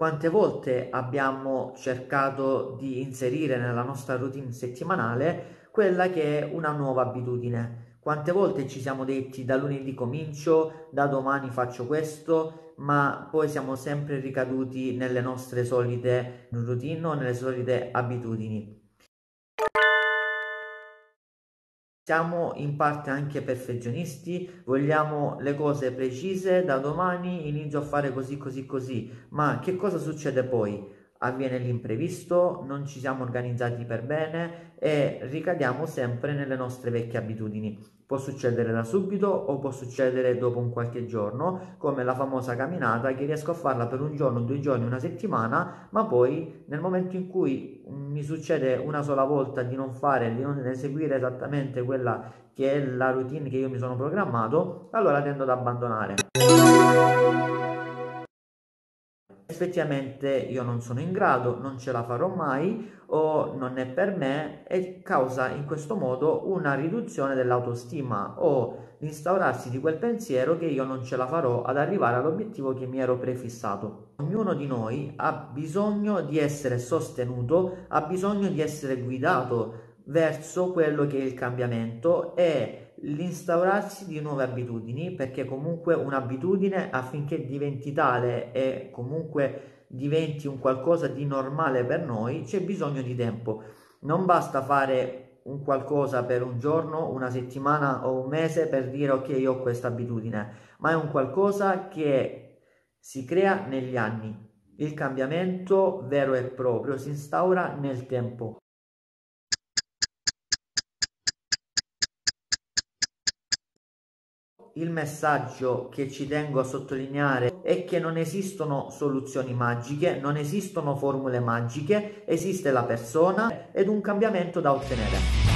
Quante volte abbiamo cercato di inserire nella nostra routine settimanale quella che è una nuova abitudine? Quante volte ci siamo detti da lunedì comincio, da domani faccio questo, ma poi siamo sempre ricaduti nelle nostre solite routine o nelle solite abitudini. Siamo in parte anche perfezionisti, vogliamo le cose precise, da domani inizio a fare così così così, ma che cosa succede poi? Avviene l'imprevisto, non ci siamo organizzati per bene e ricadiamo sempre nelle nostre vecchie abitudini. Può succedere da subito o può succedere dopo un qualche giorno, come la famosa camminata che riesco a farla per un giorno, 2 giorni, una settimana, ma poi nel momento in cui mi succede una sola volta di non fare, di non eseguire esattamente quella che è la routine che io mi sono programmato, allora tendo ad abbandonare. Effettivamente io non sono in grado, non ce la farò mai o non è per me e causa in questo modo una riduzione dell'autostima o l'instaurarsi di quel pensiero che io non ce la farò ad arrivare all'obiettivo che mi ero prefissato. Ognuno di noi ha bisogno di essere sostenuto, ha bisogno di essere guidato verso quello che è il cambiamento e l'instaurarsi di nuove abitudini, perché comunque un'abitudine, affinché diventi tale e comunque diventi un qualcosa di normale per noi, c'è bisogno di tempo. Non basta fare un qualcosa per un giorno, una settimana o un mese per dire ok, io ho questa abitudine, ma è un qualcosa che si crea negli anni. Il cambiamento vero e proprio si instaura nel tempo. Il messaggio che ci tengo a sottolineare è che non esistono soluzioni magiche, non esistono formule magiche, esiste la persona ed un cambiamento da ottenere.